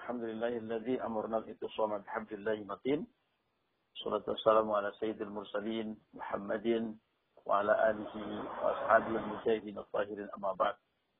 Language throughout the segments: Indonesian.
Alhamdulillahilladzi amurna al-ittisama bihablillahi matin. Salatu wassalamu ala sayyidil mursalin Muhammadin wa ala alihi wa ashabihi al-mujahidin at-tahirin amma ba'd.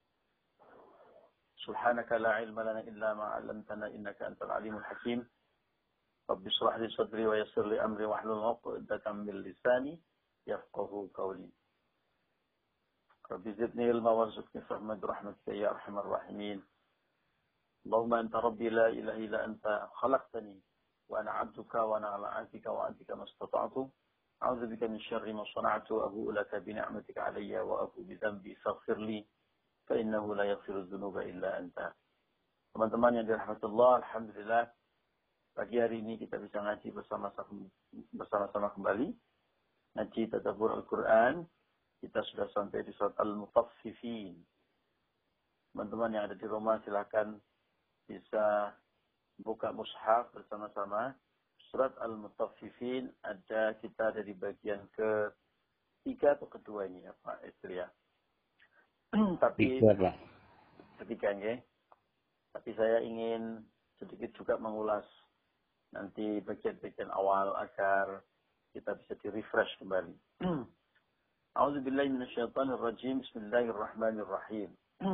Subhanaka la ilma lana illa ma 'allamtana innaka antal alimul hakim. Rabbi shrah li sadri wa yassir li amri wahlul 'uqdatam min lisani yafqahu qawli. Rabbi zidni ilma warzuqni fahma birahmatika ya arhamar rahimin. Allahumma anta rabbi la ilaha illa anta khalaqtani wa ana 'abduka wa ana 'ala 'ahdika wa 'adika mastata'tu. A'udzu bika min syarri ma sana'tu abu'u laka bi ni'matika 'alayya wa abu'u bi dhanbi faghfir li fa innahu la yaghfiru dzunuba illa anta. Teman-teman yang dirahmati Allah, alhamdulillah pagi hari ini kita bisa ngaji bersama-sama kembali. Ngaji tadabbur Al-Qur'an. Kita sudah sampai di surat Al-Mutaffifin. Teman-teman yang ada di rumah silakan bisa buka mushaf bersama-sama. Surat Al-Mutaffifin ada kita dari bagian ketiga atau kedua ini ya Pak Istri ya. Tapi ketiga ya. Tapi saya ingin sedikit juga mengulas nanti bagian-bagian awal agar kita bisa di-refresh kembali. A'udzubillahi minasyaitonirrajim. Bismillahirrahmanirrahim.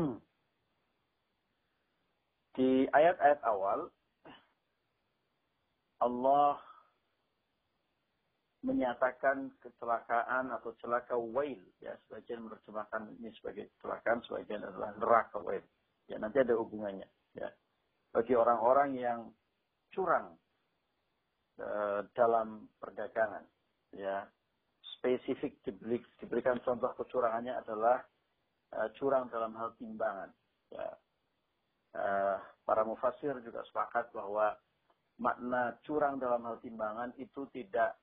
Di ayat-ayat awal, Allah menyatakan kecelakaan atau celaka wail. Ya, sebagian menerjemahkan ini sebagai kecelakaan, sebagian adalah neraka wail. Ya, nanti ada hubungannya. Ya, bagi orang-orang yang curang dalam perdagangan. Ya, spesifik diberikan contoh kecurangannya adalah curang dalam hal timbangan. Ya. Para mufassir juga sepakat bahwa makna curang dalam hal timbangan itu tidak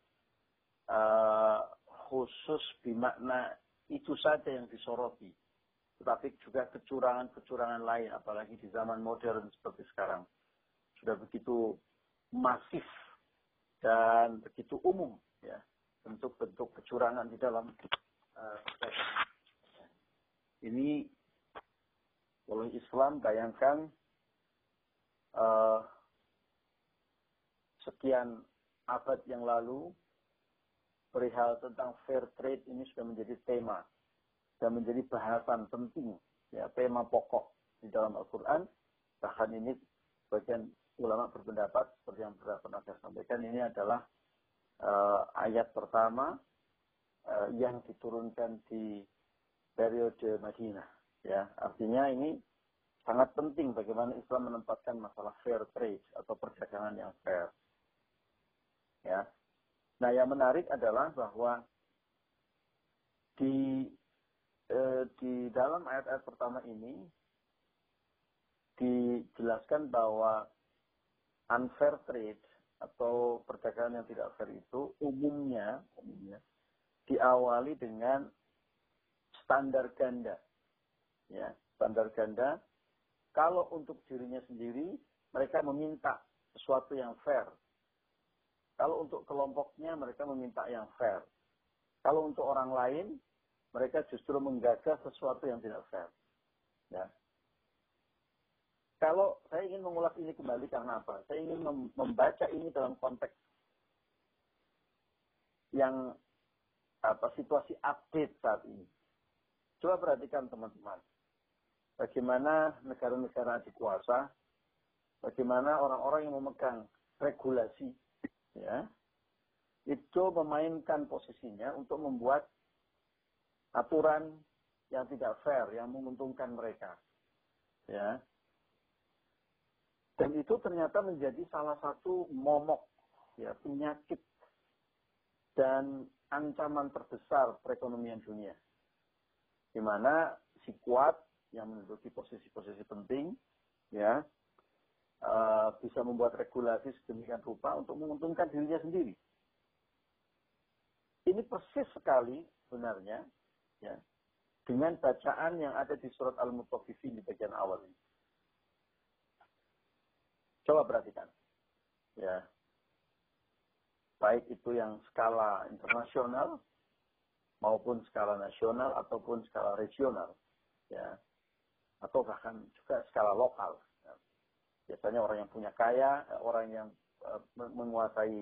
khusus bermakna itu saja yang disoroti, tetapi juga kecurangan-kecurangan lain, apalagi di zaman modern seperti sekarang sudah begitu masif dan begitu umum ya bentuk-bentuk kecurangan di dalam perdagangan. Ini oleh Islam bayangkan sekian abad yang lalu perihal tentang fair trade ini sudah menjadi tema dan menjadi bahasan penting ya, tema pokok di dalam Al-Quran. Bahkan ini bagian ulama berpendapat seperti yang pernah saya sampaikan, ini adalah ayat pertama yang diturunkan di periode Madinah. Ya, artinya ini sangat penting bagaimana Islam menempatkan masalah fair trade atau perdagangan yang fair. Ya. Nah, yang menarik adalah bahwa di dalam ayat-ayat pertama ini dijelaskan bahwa unfair trade atau perdagangan yang tidak fair itu umumnya diawali dengan standar ganda. Ya, standar ganda. Kalau untuk dirinya sendiri, mereka meminta sesuatu yang fair. Kalau untuk kelompoknya, mereka meminta yang fair. Kalau untuk orang lain, mereka justru menggagas sesuatu yang tidak fair. Ya. Kalau saya ingin mengulas ini kembali karena apa? Saya ingin membaca ini dalam konteks yang situasi update saat ini. Coba perhatikan teman-teman. Bagaimana negara-negara adikuasa, bagaimana orang-orang yang memegang regulasi, ya, itu memainkan posisinya untuk membuat aturan yang tidak fair, yang menguntungkan mereka, ya. Dan itu ternyata menjadi salah satu momok, ya, penyakit dan ancaman terbesar perekonomian dunia, di mana si kuat yang menduduki posisi-posisi penting, ya, bisa membuat regulasi sedemikian rupa untuk menguntungkan dirinya sendiri. Ini persis sekali sebenarnya, ya, dengan bacaan yang ada di surat Al-Mutaffifin di bagian awal ini. Coba perhatikan, ya, baik itu yang skala internasional maupun skala nasional ataupun skala regional, ya. Atau bahkan juga skala lokal. Ya, Biasanya orang yang punya kaya, orang yang menguasai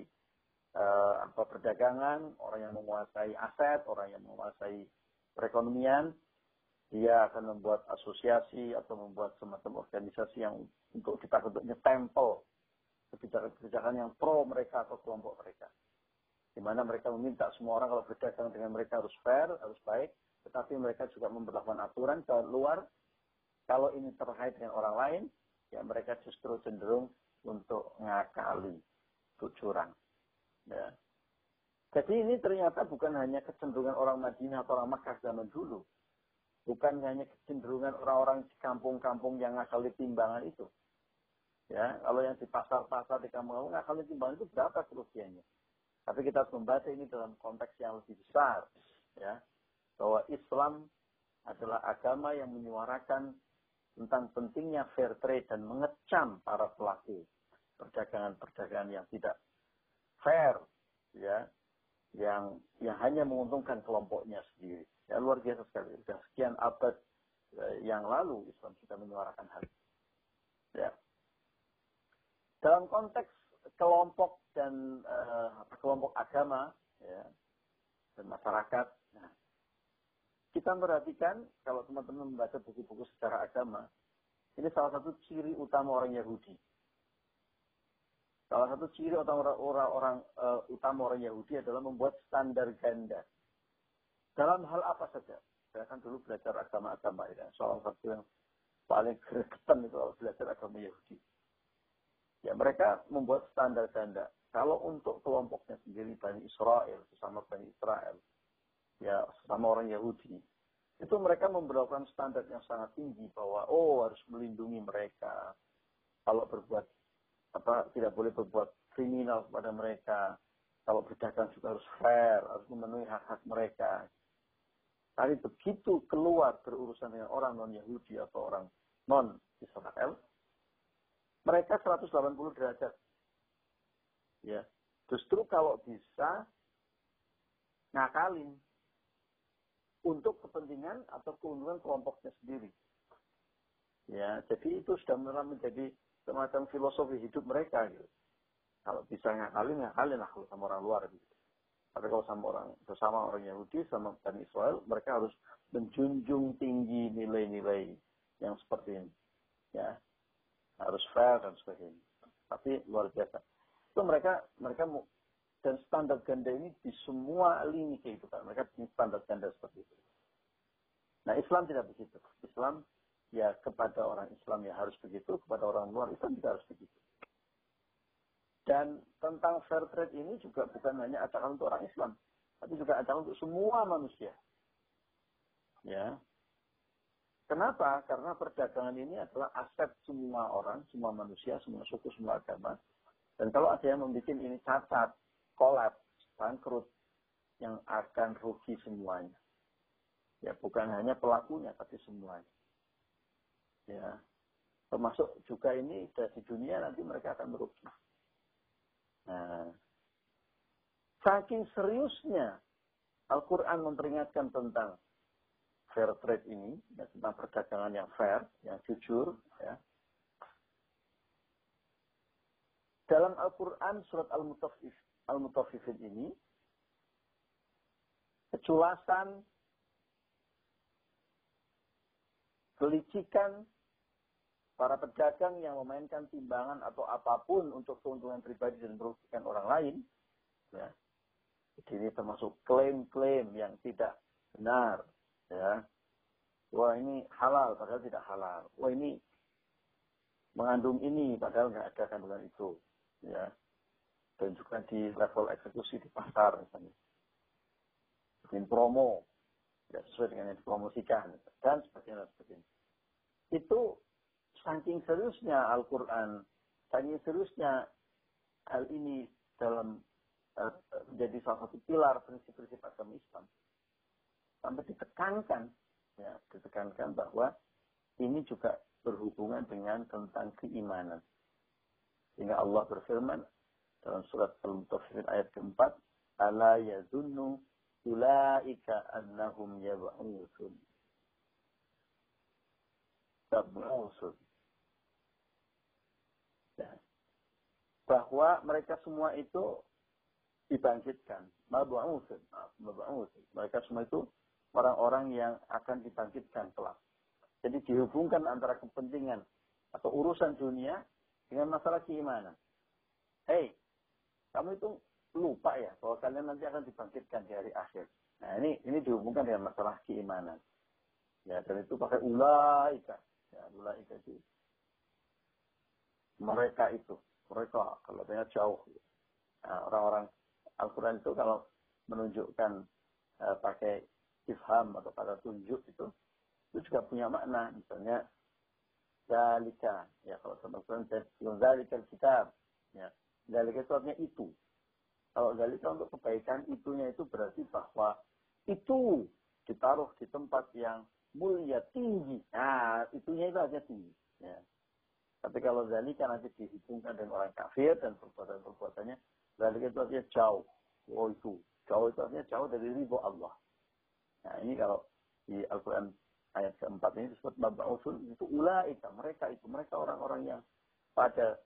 perdagangan, orang yang menguasai aset, orang yang menguasai perekonomian, dia akan membuat asosiasi atau membuat semacam organisasi yang untuk kita bentuknya tempel kebijakan-kebijakan yang pro mereka atau kelompok mereka. Di mana mereka meminta semua orang kalau berdagang dengan mereka harus fair, harus baik, tetapi mereka juga memberlakukan aturan ke luar. Kalau ini terkait dengan orang lain, ya mereka justru cenderung untuk ngakali, untuk curang. Ya. Jadi ini ternyata bukan hanya kecenderungan orang Madinah atau orang Makkah zaman dulu. Bukan hanya kecenderungan orang-orang di kampung-kampung yang ngakali timbangan itu. Ya, kalau yang di pasar-pasar di kampung ngakali timbangan itu berapa kerugiannya? Tapi kita harus membaca ini dalam konteks yang lebih besar. Ya, bahwa Islam adalah agama yang menyuarakan tentang pentingnya fair trade dan mengecam para pelaku perdagangan-perdagangan yang tidak fair, ya, yang hanya menguntungkan kelompoknya sendiri. Ya, luar biasa sekali. Dan sekian abad yang lalu Islam sudah menyuarakan hal itu. Ya. Dalam konteks kelompok dan kelompok agama, ya, dan masyarakat, nah, kita perhatikan kalau teman-teman membaca buku-buku sejarah agama, ini salah satu ciri utama orang Yahudi. Salah satu ciri utama orang Yahudi adalah membuat standar ganda. Dalam hal apa saja. Saya kan dulu belajar agama-agama ya. Salah satu yang paling gregetan itu kalau belajar agama Yahudi. Ya, mereka membuat standar ganda. Kalau untuk kelompoknya sendiri Bani Israel, sesama Bani Israel, ya sesama orang Yahudi, itu mereka memberlakukan standar yang sangat tinggi bahwa harus melindungi mereka. Kalau berbuat tidak boleh berbuat kriminal kepada mereka. Kalau berdagang juga harus fair, harus memenuhi hak-hak mereka. Tapi begitu keluar berurusan dengan orang non-Yahudi atau orang non-Israel, mereka 180 derajat. Ya, justru kalau bisa ngakalin untuk kepentingan atau keuntungan kelompoknya sendiri. Ya, jadi itu sudah menjadi semacam filosofi hidup mereka gitu. Kalau bisa ngakalin lah kalau sama orang luar gitu. Tapi kalau bersama orang Yahudi, sama Bani Israel, mereka harus menjunjung tinggi nilai-nilai yang seperti ini. Ya, harus fair dan sebagainya. Tapi luar biasa. Itu mereka dan standar ganda ini di semua lini kehidupan. Mereka punya standar ganda seperti itu. Nah, Islam tidak begitu. Islam ya kepada orang Islam ya harus begitu, kepada orang luar Islam juga harus begitu. Dan tentang fair trade ini juga bukan hanya ajakan untuk orang Islam, tapi juga ajakan untuk semua manusia. Ya. Kenapa? Karena perdagangan ini adalah aset semua orang, semua manusia, semua suku, semua agama. Dan kalau ada yang membuat ini cacat, kolaps, bangkrut, yang akan rugi semuanya. Ya, bukan hanya pelakunya, tapi semuanya. Ya. Termasuk juga ini dari dunia nanti mereka akan merugi. Nah, saking seriusnya Al-Quran memperingatkan tentang fair trade ini, ya, tentang perdagangan yang fair, yang jujur. Ya. Dalam Al-Quran surat Al-Mutaffifin ini, keculasan, kelicikan para pedagang yang memainkan timbangan atau apapun untuk keuntungan pribadi dan merugikan orang lain, ya. Jadi ini termasuk klaim-klaim yang tidak benar, ya. Wah, ini halal padahal tidak halal. Wah, ini mengandung ini padahal nggak ada kandungan itu, ya. Dan juga di level eksekusi di pasar misalnya, bikin promo tidak sesuai dengan yang dipromosikan dan sebagainya. Itu saking seriusnya Al-Quran, saking seriusnya hal ini dalam menjadi salah satu pilar prinsip-prinsip agama Islam. Sampai ditekankan bahwa ini juga berhubungan dengan tentang keimanan. Sehingga Allah berfirman dalam surat Al-Mutaffifin ayat keempat, "Ala yadhunnu ulaika annahum yab'utsun." bahwa mereka semua itu dibangkitkan. Mab'utsun. Mereka semua itu orang-orang yang akan dibangkitkan kelak. Jadi dihubungkan antara kepentingan atau urusan dunia dengan masalah keimanan. Hei, kamu itu lupa ya bahwa kalian nanti akan dibangkitkan di hari akhir. Nah, ini dihubungkan dengan masalah keimanan. Ya, dan itu pakai ulaika. Ya, ulaika itu. Mereka kalau tanya jauh. Nah, orang-orang Al-Quran itu kalau menunjukkan pakai ifham atau kata tunjuk itu juga punya makna. Misalnya zalika, ya kalau teman-teman zalikal kitab, ya zalika itu artinya itu. Kalau zalika untuk kebaikan, itunya itu berarti bahwa itu ditaruh di tempat yang mulia tinggi. Nah, itunya itu artinya tinggi. Ya. Tapi kalau zalika nanti dihitungkan dengan orang kafir dan perbuatan-perbuatannya, zalika itu artinya jauh. Oh itu. Jauh itu artinya jauh dari ridho Allah. Nah ini kalau di Al-Quran ayat keempat ini disebut mab'utsun, itu ulaika. Mereka orang-orang yang pada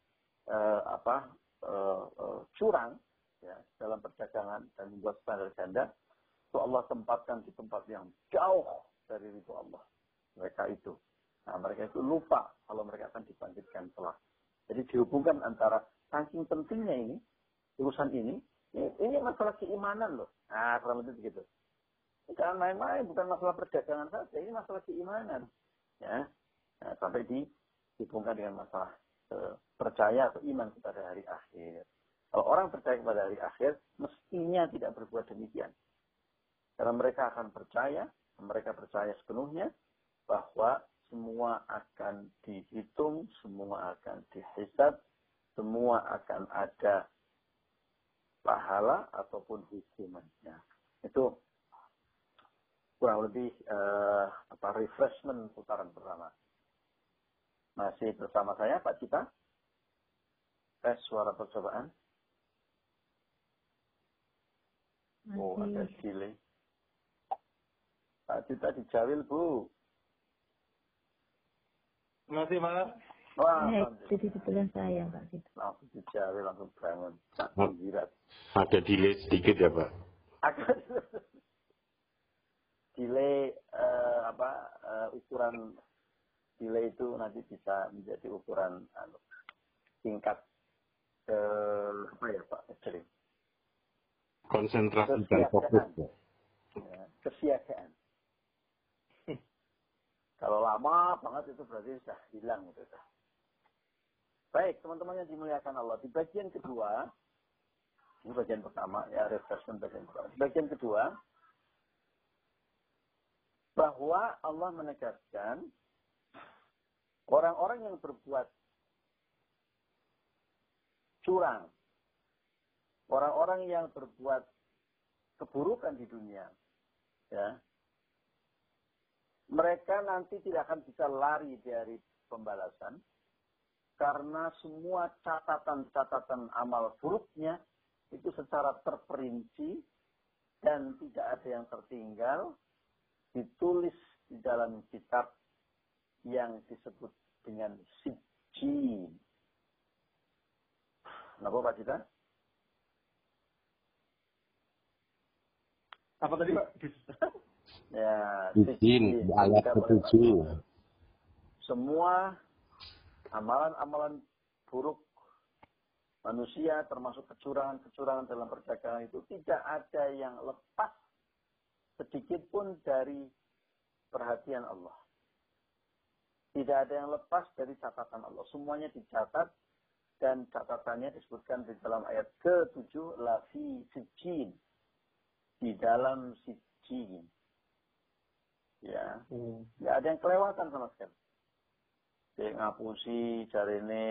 curang ya, dalam perdagangan dan membuat standar ganda. Itu Allah tempatkan di tempat yang jauh dari ridho Allah. Mereka itu. Nah, mereka itu lupa kalau mereka akan dibangkitkan kelak. Jadi dihubungkan antara saking pentingnya ini, urusan ini masalah keimanan loh. Nah, kurang lebih begitu. Ini jangan main-main, bukan masalah perdagangan saja, ini masalah keimanan. Ya, nah, sampai dihubungkan dengan masalah percaya atau iman kepada hari akhir. Kalau orang percaya kepada hari akhir, mestinya tidak berbuat demikian. Karena mereka akan percaya, mereka percaya sepenuhnya bahwa semua akan dihitung, semua akan dihisab, semua akan ada pahala ataupun hukumannya. Itu kurang lebih refreshment putaran pertama. Masih bersama saya Pak Cita. Tes suara percobaan. Oh, ada delay. Pak Cita dijawil, Bu. Masih, Mas. Wah, jadi sebelah saya, Pak Cita. Langsung dijawil, langsung bangun. Menggirat. Ada delay sedikit ya, Pak? Delay ukuran delay itu nanti bisa menjadi ukuran tingkat Pak Esri? Konsentrasi dan fokus. Ya, kesiagaan. Kalau lama banget itu berarti sudah hilang gitu. Baik, teman-teman yang dimuliakan Allah, di bagian kedua, ini bagian pertama ya, refreshment bagian pertama. Bagian kedua, bahwa Allah menegaskan orang-orang yang berbuat curang, orang-orang yang berbuat keburukan di dunia, ya, mereka nanti tidak akan bisa lari dari pembalasan karena semua catatan-catatan amal buruknya itu secara terperinci dan tidak ada yang tertinggal, ditulis di dalam kitab yang disebut dengan Sijjin. Kenapa Pak Cita? Apa tadi Pak? Ya, Sijjin, ayat ke-7. Semua amalan-amalan buruk manusia termasuk kecurangan-kecurangan dalam perdagangan itu tidak ada yang lepas sedikit pun dari perhatian Allah. Tidak ada yang lepas dari catatan Allah. Semuanya dicatat dan catatannya disebutkan di dalam ayat ke-7 lafi sijjin. Di dalam sijjin. Ya. Tidak ada yang kelewatan sama sekali. Dia ngapusi cari ini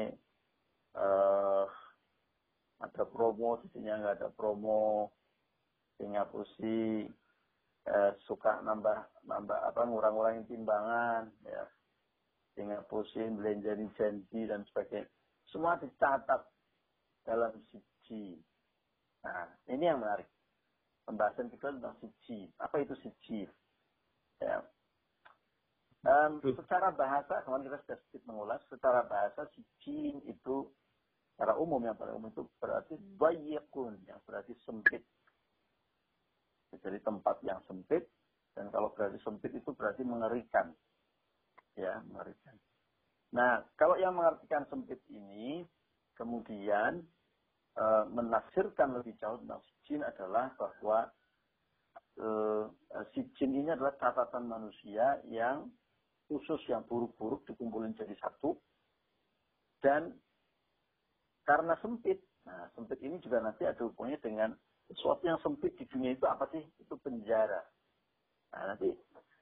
ada promo, sisinya nggak ada promo. Dia ngapusi suka nambah ngurang-ngurangin timbangan, ya. Dia ngapusin belanjain janji dan sebagainya. Semua dicatat dalam siji. Nah, ini yang menarik. Pembahasan kita tentang siji. Apa itu siji? Ya. Secara bahasa, kemarin kita sudah sedikit mengulas, secara bahasa sijin itu Secara umum, yang paling umum itu berarti bayyikun, yang berarti sempit. Jadi tempat yang sempit, dan kalau berarti sempit itu berarti mengerikan. Ya, mengerikan. Nah, kalau yang mengartikan sempit ini, kemudian menafsirkan lebih jauh tentang sijin adalah bahwa sijin ini adalah catatan manusia yang khusus, yang buruk-buruk dikumpulin jadi satu. Dan karena sempit, nah sempit ini juga nanti ada hubungannya dengan sesuatu yang sempit di dunia itu apa sih? Itu penjara. Nah nanti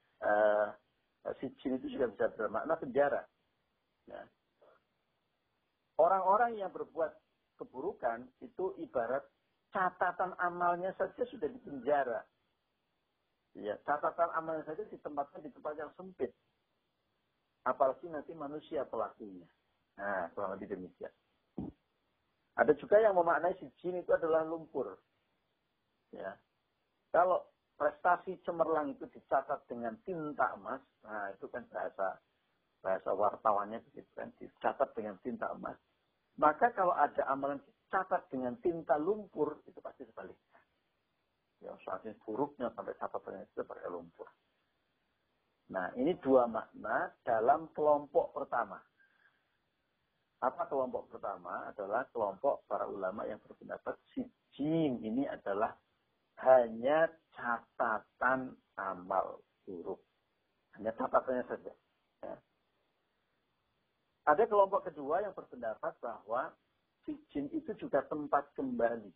sijin itu juga bisa bermakna penjara. Ya. Orang-orang yang berbuat keburukan itu ibarat catatan amalnya saja sudah di penjara. Ya, catatan amalnya saja ditempatkan di tempat yang sempit. Apalagi nanti manusia pelakunya. Nah, kurang lebih demikian. Ada juga yang memaknai sijin itu adalah lumpur. Ya. Kalau prestasi cemerlang itu dicatat dengan tinta emas, nah itu kan bahasa wartawannya begitu kan, dicatat dengan tinta emas. Maka kalau ada amalan dicatat dengan tinta lumpur, itu pasti sebaliknya. Ya, saking buruknya sampai catatannya itu pakai lumpur. Nah, ini dua makna dalam kelompok pertama. Apa kelompok pertama? Adalah kelompok para ulama yang berpendapat sijin ini adalah hanya catatan amal buruk. Hanya catatannya saja. Ya. Ada kelompok kedua yang berpendapat bahwa sijin itu juga tempat kembali.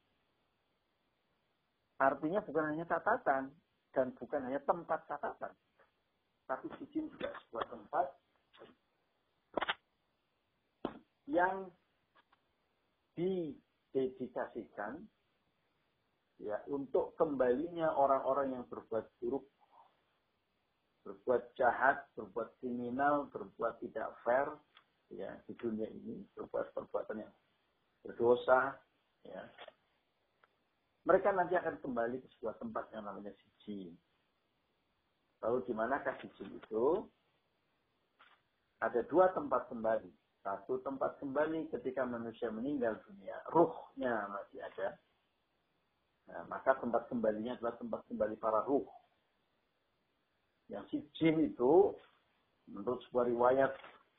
Artinya bukan hanya catatan dan bukan hanya tempat catatan. Tapi sijin juga sebuah tempat yang didedikasikan ya untuk kembalinya orang-orang yang berbuat buruk, berbuat jahat, berbuat kriminal, berbuat tidak fair ya di dunia ini, berbuat perbuatan yang berdosa ya. Mereka nanti akan kembali ke sebuah tempat yang namanya sijin. Lalu di manakah sijin itu? Ada dua tempat kembali. Satu tempat kembali ketika manusia meninggal dunia, ruhnya masih ada. Nah, maka tempat kembalinya adalah tempat kembali para ruh. Yang sijin itu, menurut sebuah riwayat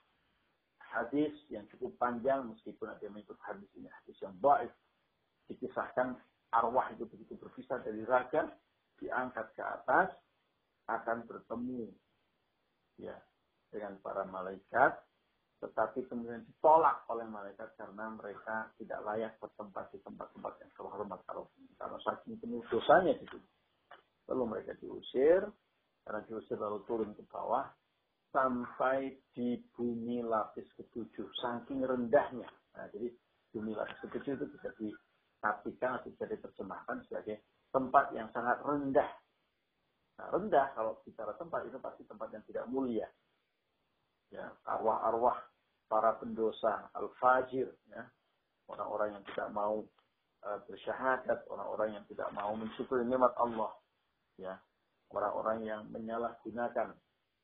hadis yang cukup panjang, meskipun ada yang mengikut hadis ini, hadis yang dhaif, dikisahkan arwah itu begitu berpisah dari raga, diangkat ke atas, akan bertemu ya dengan para malaikat, tetapi kemudian ditolak oleh malaikat karena mereka tidak layak bertempat di tempat-tempat yang terhormat karena saking penuh dosanya gitu. Lalu mereka diusir, karena diusir lalu turun ke bawah sampai di bumi lapis ke-7, saking rendahnya. Nah, jadi bumi lapis ke-7 itu bisa diartikan atau bisa diterjemahkan sebagai tempat yang sangat rendah. Nah, rendah kalau bicara tempat itu pasti tempat yang tidak mulia. Ya, arwah-arwah para pendosa al-fajir, ya, orang-orang yang tidak mau bersyahadat, orang-orang yang tidak mau mensyukuri nikmat Allah, ya, orang-orang yang menyalahgunakan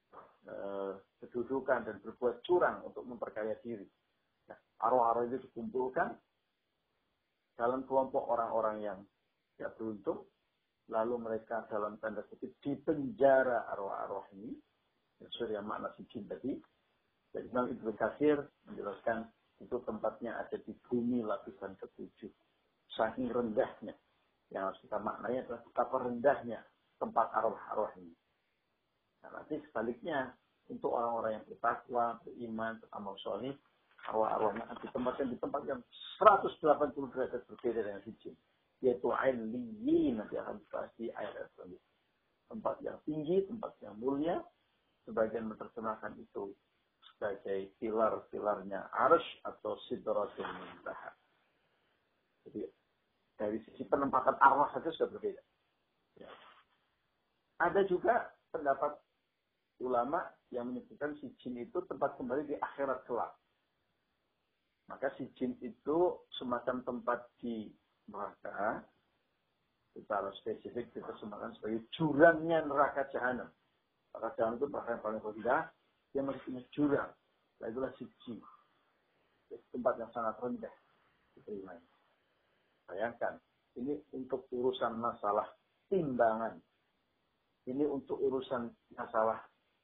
kedudukan dan berbuat curang untuk memperkaya diri. Ya, arwah-arwah itu dikumpulkan dalam kelompok orang-orang yang tidak beruntung, lalu mereka dalam tanda kutip dipenjara arwah-arwah ini, sesuai dengan makna sijin tadi. Jadi Imam Ibnu Katsir menjelaskan itu tempatnya ada di bumi lapisan ke-7. Saking rendahnya. Yang harus kita maknanya adalah betapa rendahnya tempat arwah-arwah ini. Nah, nanti sebaliknya, untuk orang-orang yang bertakwa, beriman, beramal soleh, arwah-arwahnya akan ditempatkan di tempat yang 180 derajat berbeda dengan sijin. Yaitu ailiyin, nanti akan dibahas di ayat selanjutnya. Tempat yang tinggi, tempat yang mulia, sebagian menerjemahkan itu sebagai pilar-pilarnya arsy atau sidratul muntaha. Jadi dari sisi penempatan arwah saja sudah berbeda. Ya. Ada juga pendapat ulama yang menyebutkan sijin itu tempat kembali di akhirat kelak. Maka sijin itu semacam tempat di neraka, secara spesifik diterjemahkan sebagai jurangnya neraka jahanam. Neraka jahanam itu bahkan paling rendah, dia masih punya jurang. Nah, itulah sijin. Tempat yang sangat rendah. diterima. Bayangkan, ini untuk urusan masalah timbangan. Ini untuk urusan masalah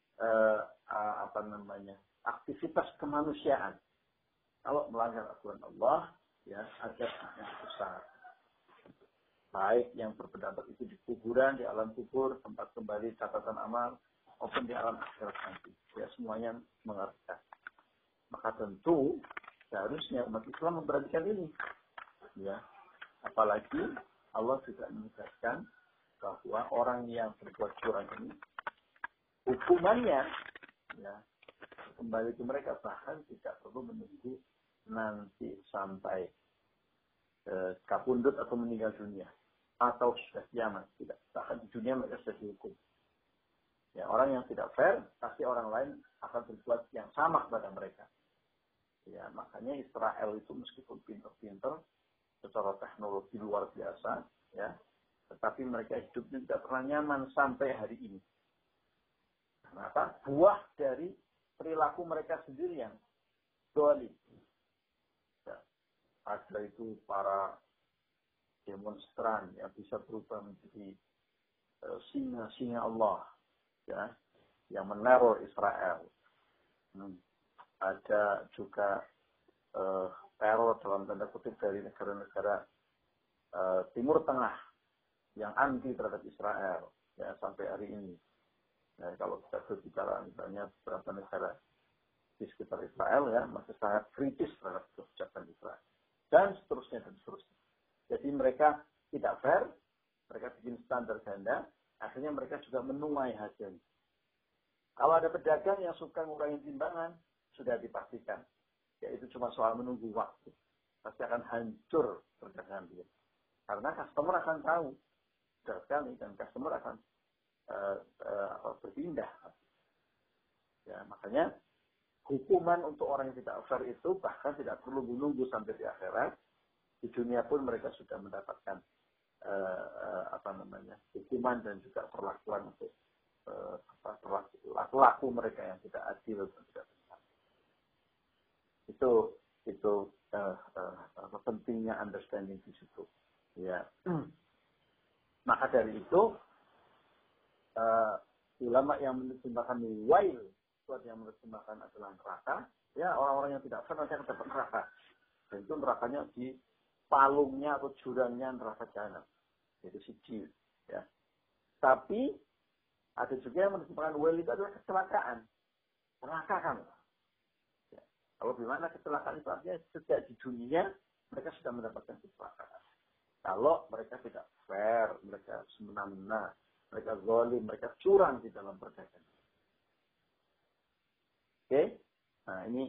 aktivitas kemanusiaan. Kalau melanggar aturan Allah, ya ada yang besar. Baik yang berpendapat itu di kuburan, di alam kubur, tempat kembali catatan amal, maupun di alam akhirat nanti. Ya semuanya mengerti. Maka tentu seharusnya umat Islam memperhatikan ini. Ya, apalagi Allah juga menegaskan bahwa orang yang berbuat curang ini hukumannya ya kembali ke mereka, bahkan tidak perlu menunggu nanti sampai kapundut atau meninggal dunia atau sudah kiamat, tidak, bahkan di dunia mereka sudah dihukum. Ya, orang yang tidak fair pasti orang lain akan berbuat yang sama kepada mereka. Ya, makanya Israel itu meskipun pinter-pinter secara teknologi luar biasa, ya, tetapi mereka hidupnya tidak pernah nyaman sampai hari ini. Kenapa? Buah dari perilaku mereka sendiri yang zalim. Ya, ada itu para demonstran yang bisa berubah menjadi singa-singa Allah, ya, yang meneror Israel. Ada juga teror dalam tanda kutip dari negara-negara Timur Tengah yang anti terhadap Israel, ya, sampai hari ini. Nah, kalau kita berbicara misalnya beberapa negara di sekitar Israel, ya, masih sangat kritis terhadap kebijakan Israel, dan seterusnya dan seterusnya. Jadi mereka tidak fair, mereka bikin standar ganda, akhirnya mereka juga menuai hasilnya. Kalau ada pedagang yang suka ngurangi timbangan, sudah dipastikan, yaitu cuma soal menunggu waktu, pasti akan hancur perdagangan dia. Karena customer akan tahu, sudah sekali, dan customer akan berpindah. Ya, makanya hukuman untuk orang yang tidak fair itu bahkan tidak perlu menunggu sampai di akhirat. Di dunia pun mereka sudah mendapatkan hukuman dan juga perlakuan untuk perilaku mereka yang tidak adil dan tidak benar. Itu pentingnya understanding di situ. Ya. Maka dari itu ulama yang menerjemahkan wail, yang menerjemahkan adalah neraka, ya orang-orang yang tidak fair nanti akan dapat neraka. Dan itu nerakanya di palungnya atau jurangnya neraka jahanam, yaitu sijil, ya. Tapi ada juga yang menerjemahkan wail itu adalah kecelakaan, celaka kan. Ya. Kalau bagaimana kecelakaan itu artinya sejak di dunia mereka sudah mendapatkan kecelakaan. Kalau mereka tidak fair, mereka semena-mena, mereka zalim, mereka curang di dalam perdagangan. Oke? Nah, ini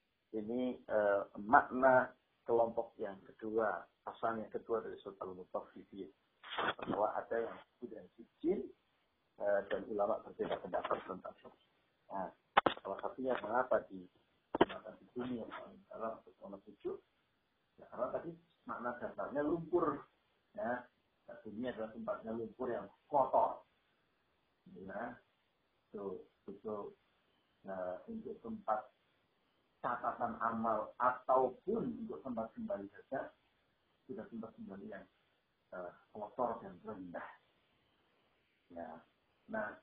makna kelompok yang kedua, pasal yang kedua dari surat Al-Mutaffifin. Bahwa ada yang sudah sijil dan ulama berbeda pendapat tentang itu. Nah, salah satunya mengapa di bumi yang paling dalam untuk nomor 7? Ya, karena tadi makna dasarnya lumpur, ya. Bumi adalah tempatnya lumpur yang kotor, ya. Itu untuk tempat catatan amal ataupun untuk tempat kembali saja sudah tempat kembali yang kotor dan rendah. Ya. Nah,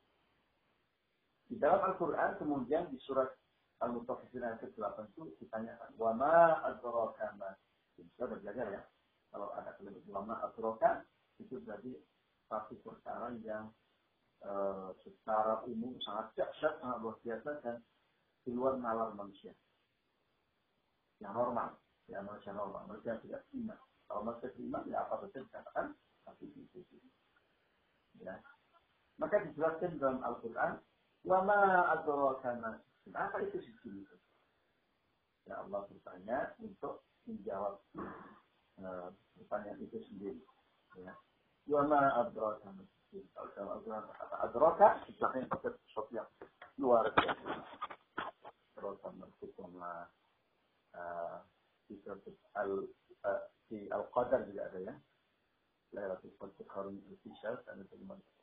di dalam Al-Quran kemudian di surat Al-Mutaffifin ayat ke-8 itu ditanyakan, wa ma adraka ma. Kita belajar ya. Kalau ada kalimat wa ma adraka itu berarti satu perkara yang secara umum sangat dahsyat, sangat luar biasa dan di luar nalar manusia. Yang normal, ya manusia normal, manusia yang tidak beriman. Kalau manusia beriman, ya apa saja dikatakan tapi itu. Ya. Maka dijelaskan dalam Al-Quran, wa ma adraka ma. Apa itu sijil itu? Ya Allah bertanya untuk menjawab pertanyaan itu sendiri. Ya. Wa ma adraka ma. Kalau dalam Al-Quran kata adraka, sebelahnya pakai sesuatu yang luar biasa. Terus merkukumlah di Al-Qadar juga ada ya. Lailatul Qadar Harun al-Fishal dan itu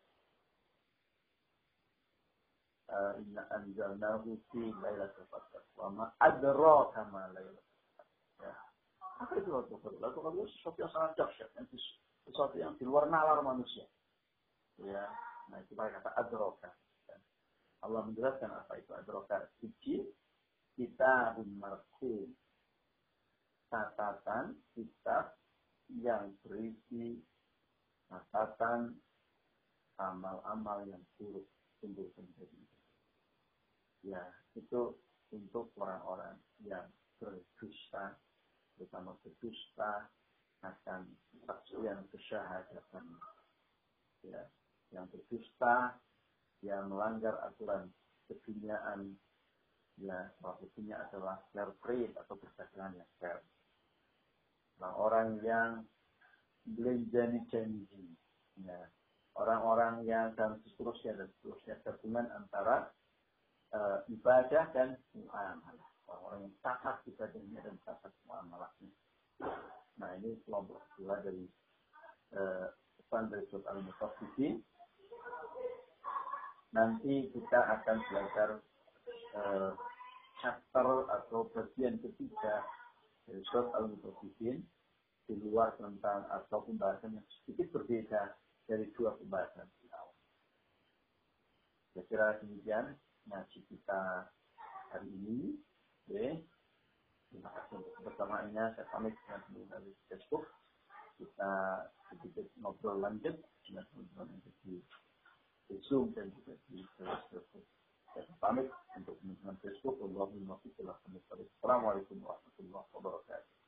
inna anzalnahu fi lailatul qadar wa ma adraka ma lailatul qadar. Ya. Apa itu itu Lailatul Qadar? Lailatul Qadar itu sesuatu yang sangat dahsyat, sesuatu yang di luar nalar manusia. Ya, nah itu pakai kata adroka. Allah menjelaskan apa itu adroka. Siji, kita marhum, catatan kitab yang berisi catatan amal-amal yang buruk timbul menjadi. Ya, itu untuk orang-orang yang berdusta, terutama berdusta akan kesaksian kesyahadatan. Ya, yang berdusta, yang melanggar aturan keduniaan, ya, salah satunya adalah fair trade atau perdagangan yang fair. Orang yang belanjani janji, ya, orang-orang yang dan seterusnya gabungan antara ibadah dan muamalah. Orang yang taat ibadahnya dan taat muamalahnya. Nah, ini kelompok kedua dari pesan dari surat Al-Mutaffifin. Nanti kita akan belajar chapter atau bagian ketiga dari surat Al-Mutaffifin di luar tentang atau pembahasan yang sedikit berbeda dari dua pembahasan di awal. Kira-kira demikian ngaji kita hari ini. Oke. Terima kasih untuk kebersamaannya. Saya pamit dengan teman dari Facebook. Kita sedikit ngobrol lanjut dengan teman-teman yang di Zoom dan juga di Facebook. Saya pamit untuk teman-teman Facebook. Assalamualaikum warahmatullahi wabarakatuh.